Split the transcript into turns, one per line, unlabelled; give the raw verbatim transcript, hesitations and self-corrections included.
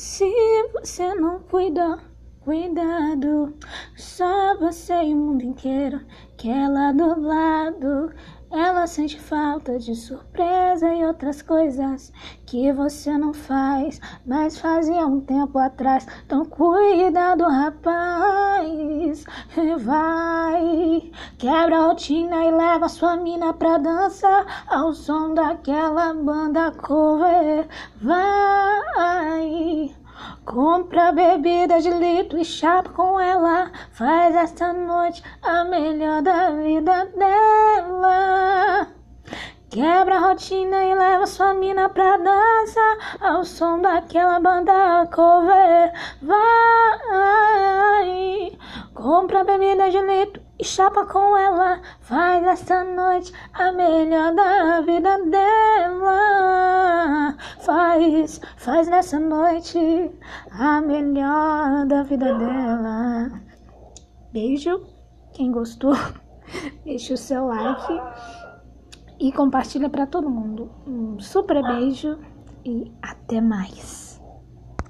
Se você não cuidar, cuidado, só você e o mundo inteiro que ela do lado. Ela sente falta de surpresa e outras coisas que você não faz, mas fazia um tempo atrás. Então cuidado, rapaz, vai, quebra a rotina e leva sua mina pra dançar ao som daquela banda cover. Vai, compra bebida de litro e chapa com ela. Faz esta noite a melhor da vida dela. Quebra a rotina e leva sua mina pra dança ao som daquela banda cover. Vai, compra bebida de litro e chapa com ela. Faz esta noite a melhor da vida dela. Faz, faz nessa noite a melhor da vida dela. Beijo, quem gostou, deixa o seu like e compartilha para todo mundo. Um super beijo e até mais.